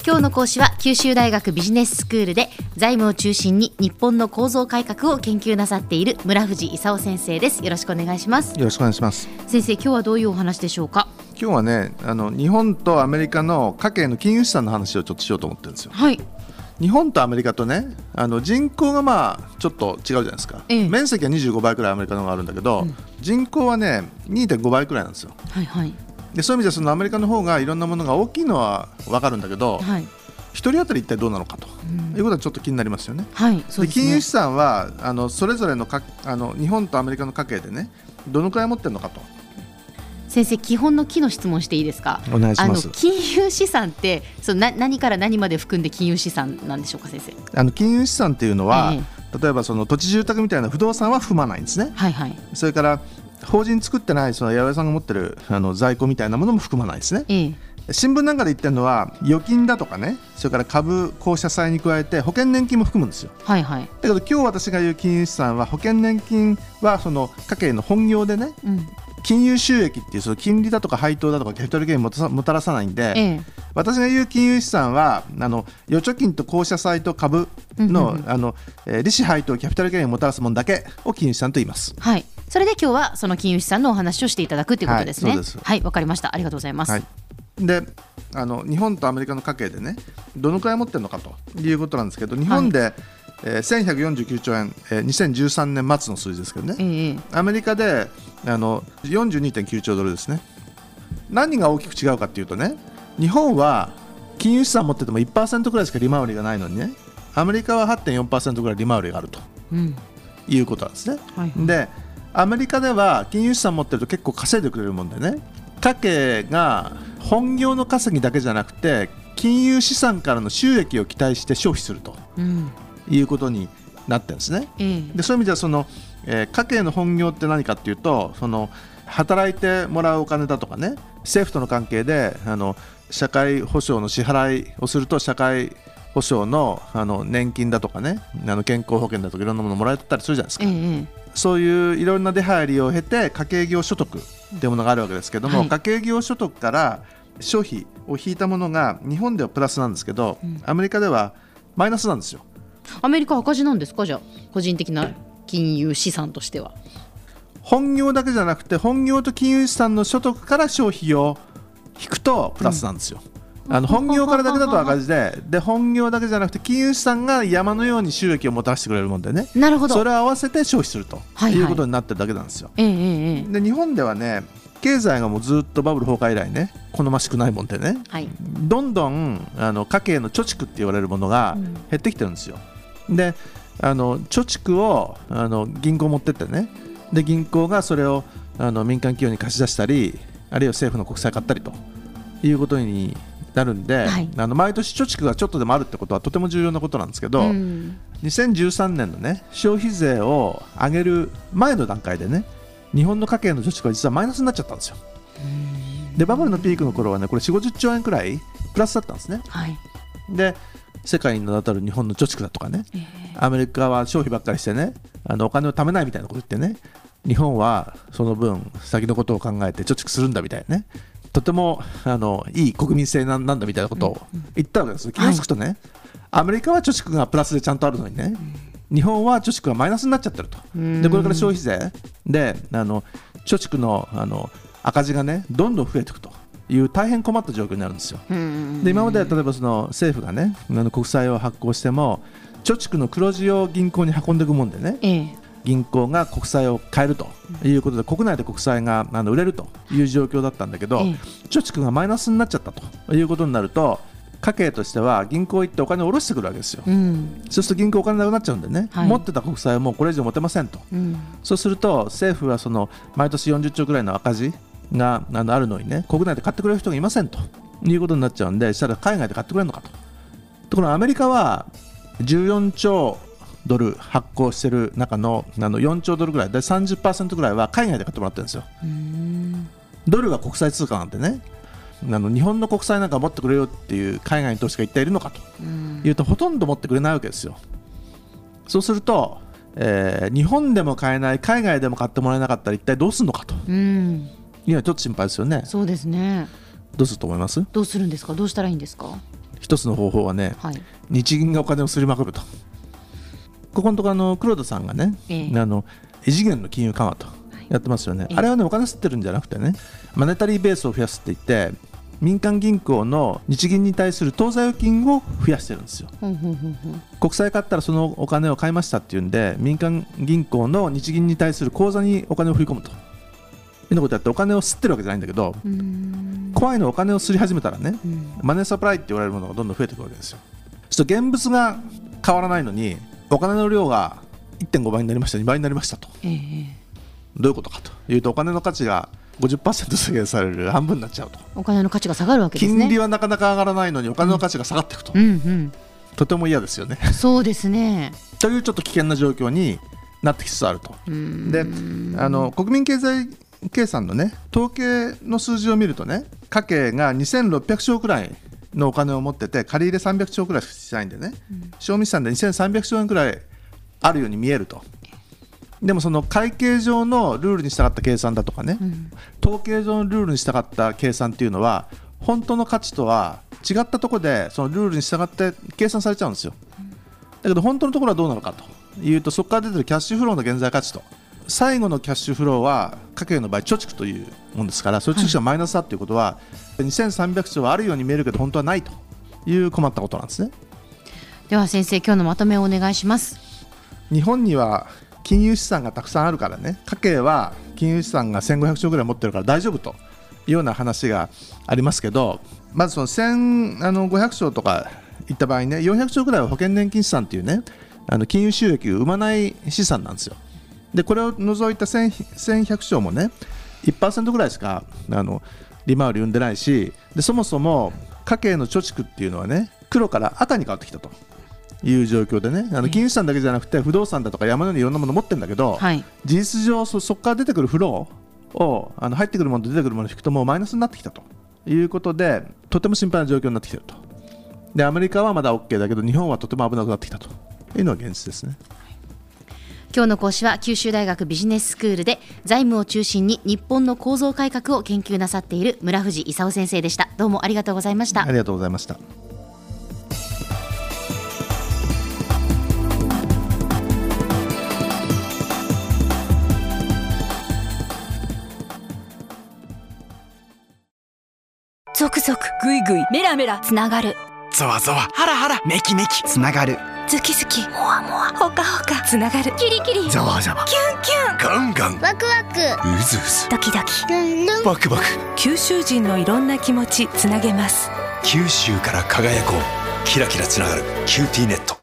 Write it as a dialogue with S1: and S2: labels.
S1: 今日の講師は九州大学ビジネススクールで財務を中心に日本の構造改革を研究なさっている村藤勲先生です。よろしくお願いします。
S2: よろしくお願いします。
S1: 先生、今日はどういうお話でしょうか？
S2: 今日はね、日本とアメリカの家計の金融資産の話をちょっとしようと思ってるんですよ。
S1: はい。
S2: 日本とアメリカとね、人口がちょっと違うじゃないですか、面積は25倍くらいアメリカの方があるんだけど、人口はね 2.5 倍くらいなんですよ。
S1: はいはい。
S2: でそういう意味ではそのアメリカの方がいろんなものが大きいのは分かるんだけど、
S1: はい、
S2: 1人当たり一体どうなのかということはちょっと気になりますよね。
S1: はい、そうですね。
S2: で金融資産はそれぞれの日本とアメリカの家計でねどのくらい持ってるのかと。
S1: 先生、基本の木の質問していいですか？
S2: お願いします。
S1: 金融資産って何から何まで含んで金融資産なんでしょうか？先生、
S2: 金融資産っていうのは、例えばその土地住宅みたいな不動産は含まないんですね。
S1: はいはい。
S2: それから法人作ってないその八百屋さんが持ってる在庫みたいなものも含まないですね。新聞なんかで言ってるのは預金だとかね、それから株公社債に加えて保険年金も含むんですよ。
S1: はいはい。
S2: だけど今日私が言う金融資産は保険年金はその家計の本業でね、金融収益っていうその金利だとか配当だとかキャピタルゲインもたらさないんで、私が言う金融資産は預貯金と公社債と株の、利子配当キャピタルゲインをもたらすものだけを金融資産と言います。
S1: はい。それで今日はその金融資産のお話をしていただくということですね。
S2: はい、そうです。
S1: はい、わかりました。ありがとうございます。
S2: はい。で日本とアメリカの家計でねどのくらい持ってるのかということなんですけど、日本で、1149兆円、2013年末の数字ですけどね、アメリカで42.9 兆ドルですね。何が大きく違うかっていうとね、日本は金融資産持ってても 1% くらいしか利回りがないのにね、アメリカは 8.4% くらい利回りがあると、いうことなんですね。でアメリカでは金融資産持ってると結構稼いでくれるもんでね、家計が本業の稼ぎだけじゃなくて金融資産からの収益を期待して消費すると、いうことになってるんですね。でそういう意味ではその、家計の本業って何かっていうと、その働いてもらうお金だとかね、政府との関係で社会保障の支払いをすると社会保障の、年金だとかね、健康保険だとかいろんなものもらえたりするじゃないですか。そういういろんな出入りを経て家計業所得というものがあるわけですけども、家計業所得から消費を引いたものが日本ではプラスなんですけど、アメリカではマイナスなんですよ。
S1: アメリカ赤字なんですか？じゃあ個人的な金融資産としては
S2: 本業だけじゃなくて本業と金融資産の所得から消費を引くとプラスなんですよ。本業からだけだと赤字で本業だけじゃなくて金融資産が山のように収益をもたらしてくれるもんでね、
S1: なるほど、
S2: それを合わせて消費するということになってるだけなんですよ。で日本ではね経済がもうずっとバブル崩壊以来ね好ましくないもんでね、どんどん家計の貯蓄って言われるものが減ってきてるんですよ。で貯蓄を銀行持ってってね、で銀行がそれを民間企業に貸し出したり、あるいは政府の国債買ったりということになるんで、毎年貯蓄がちょっとでもあるってことはとても重要なことなんですけど、2013年のね消費税を上げる前の段階でね日本の家計の貯蓄は実はマイナスになっちゃったんですよ。でバブルのピークの頃はねこれ 4,50 兆円くらいプラスだったんですね。で世界に名だたる日本の貯蓄だとかね、アメリカは消費ばっかりしてねお金を貯めないみたいなこと言ってね、日本はその分先のことを考えて貯蓄するんだみたいなね、とてもいい国民性なんだみたいなことを言ったわけです。気がつくとね、アメリカは貯蓄がプラスでちゃんとあるのにね、日本は貯蓄がマイナスになっちゃってると。でこれから消費税で貯蓄の赤字がねどんどん増えていくという大変困った状況になるんですよ。で今まで例えばその政府がね国債を発行しても貯蓄の黒字を銀行に運んでいくもんでね、銀行が国債を買えるということで国内で国債が売れるという状況だったんだけど、貯蓄がマイナスになっちゃったということになると家計としては銀行行ってお金を下ろしてくるわけですよ。そうすると銀行お金なくなっちゃうんでね、持ってた国債はもうこれ以上持てませんと、そうすると政府はその毎年40兆ぐらいの赤字があるのにね国内で買ってくれる人がいませんということになっちゃうんで、したら海外で買ってくれるのかと。ところがアメリカは14兆ドル発行している中の4兆ドルぐらいで 30% ぐらいは海外で買ってもらってるんですよ。ドルが国際通貨なんてね、日本の国債なんか持ってくれよっていう海外の投資家が一体いるのかというとほとんど持ってくれないわけですよ。そうすると、日本でも買えない海外でも買ってもらえなかったら一体どうするのかというのはちょっと心配ですよね。
S1: そうですね。
S2: どうすると思います？
S1: どうするんですか？どうしたらいいんですか？
S2: 一つの方法はね、はい、日銀がお金をすりまくると。ここのところ黒田さんがね、異次元の金融緩和とやってますよね。あれはね、お金吸ってるんじゃなくてね、マネタリーベースを増やすって言って民間銀行の日銀に対する当座預金を増やしてるんですよ。国債買ったらそのお金を買いましたっていうんで、民間銀行の日銀に対する口座にお金を振り込むというようなことやってお金を吸ってるわけじゃないんだけど、怖いのはお金を吸い始めたらね、マネーサプライって言われるものがどんどん増えていくわけですよ。そうすると現物が変わらないのにお金の量が 1.5 倍になりました、2倍になりましたと、どういうことかというと、お金の価値が 50% 制限される、半分になっちゃうと。
S1: お金の価値が下がるわけですね。
S2: 金利はなかなか上がらないのにお金の価値が下がっていくと、とても嫌ですよね。
S1: そうですね。
S2: というちょっと危険な状況になってきつつあると。で、国民経済計算のね、統計の数字を見るとね、家計が2600兆くらいのお金を持ってて、借り入れ300兆くらいしかしないんでね、賞味資産で2300兆円くらいあるように見えると。でもその会計上のルールに従った計算だとかね、統計上のルールに従った計算っていうのは本当の価値とは違ったところでそのルールに従って計算されちゃうんですよ。だけど本当のところはどうなのかというと、そこから出てるキャッシュフローの現在価値と、最後のキャッシュフローは家計の場合貯蓄というものですから、その貯蓄がマイナスだということは、2300兆はあるように見えるけど本当はないという困ったことなんですね。
S1: では先生、今日のまとめをお願いします。
S2: 日本には金融資産がたくさんあるからね、家計は金融資産が1500兆ぐらい持ってるから大丈夫というような話がありますけど、まずその1500兆とかいった場合ね、400兆ぐらいは保険年金資産というね、金融収益を生まない資産なんですよ。でこれを除いた1100兆もね 1% ぐらいしか利回り生んでないし、でそもそも家計の貯蓄っていうのはね、黒から赤に変わってきたという状況でね、金融資産だけじゃなくて不動産だとか山のようにいろんなもの持ってるんだけど、はい、事実上そこから出てくるフローを入ってくるものと出てくるものを引くともうマイナスになってきたということで、とても心配な状況になってきていると。でアメリカはまだ OK だけど日本はとても危なくなってきたというのが現実ですね。
S1: 今日の講師は九州大学ビジネススクールで財務を中心に日本の構造改革を研究なさっている村藤勲先生でした。どうもありがとうございました。
S2: ありがとうございました。
S1: ゾクゾクグイグイメラメラつながる、
S3: ゾワゾワハラハラメキメキつながる、
S1: ズキズキモワモワホカホカつながる、キリキリ
S3: ザワザワ
S1: キュンキュン
S3: ガンガン
S4: ワクワク
S3: ウズウズ
S1: ドキドキ
S4: ルンルン
S3: バクバク、
S5: 九州人のいろんな気持ちつなげます。
S3: 九州から輝こう、キラキラつながるキューティーネット。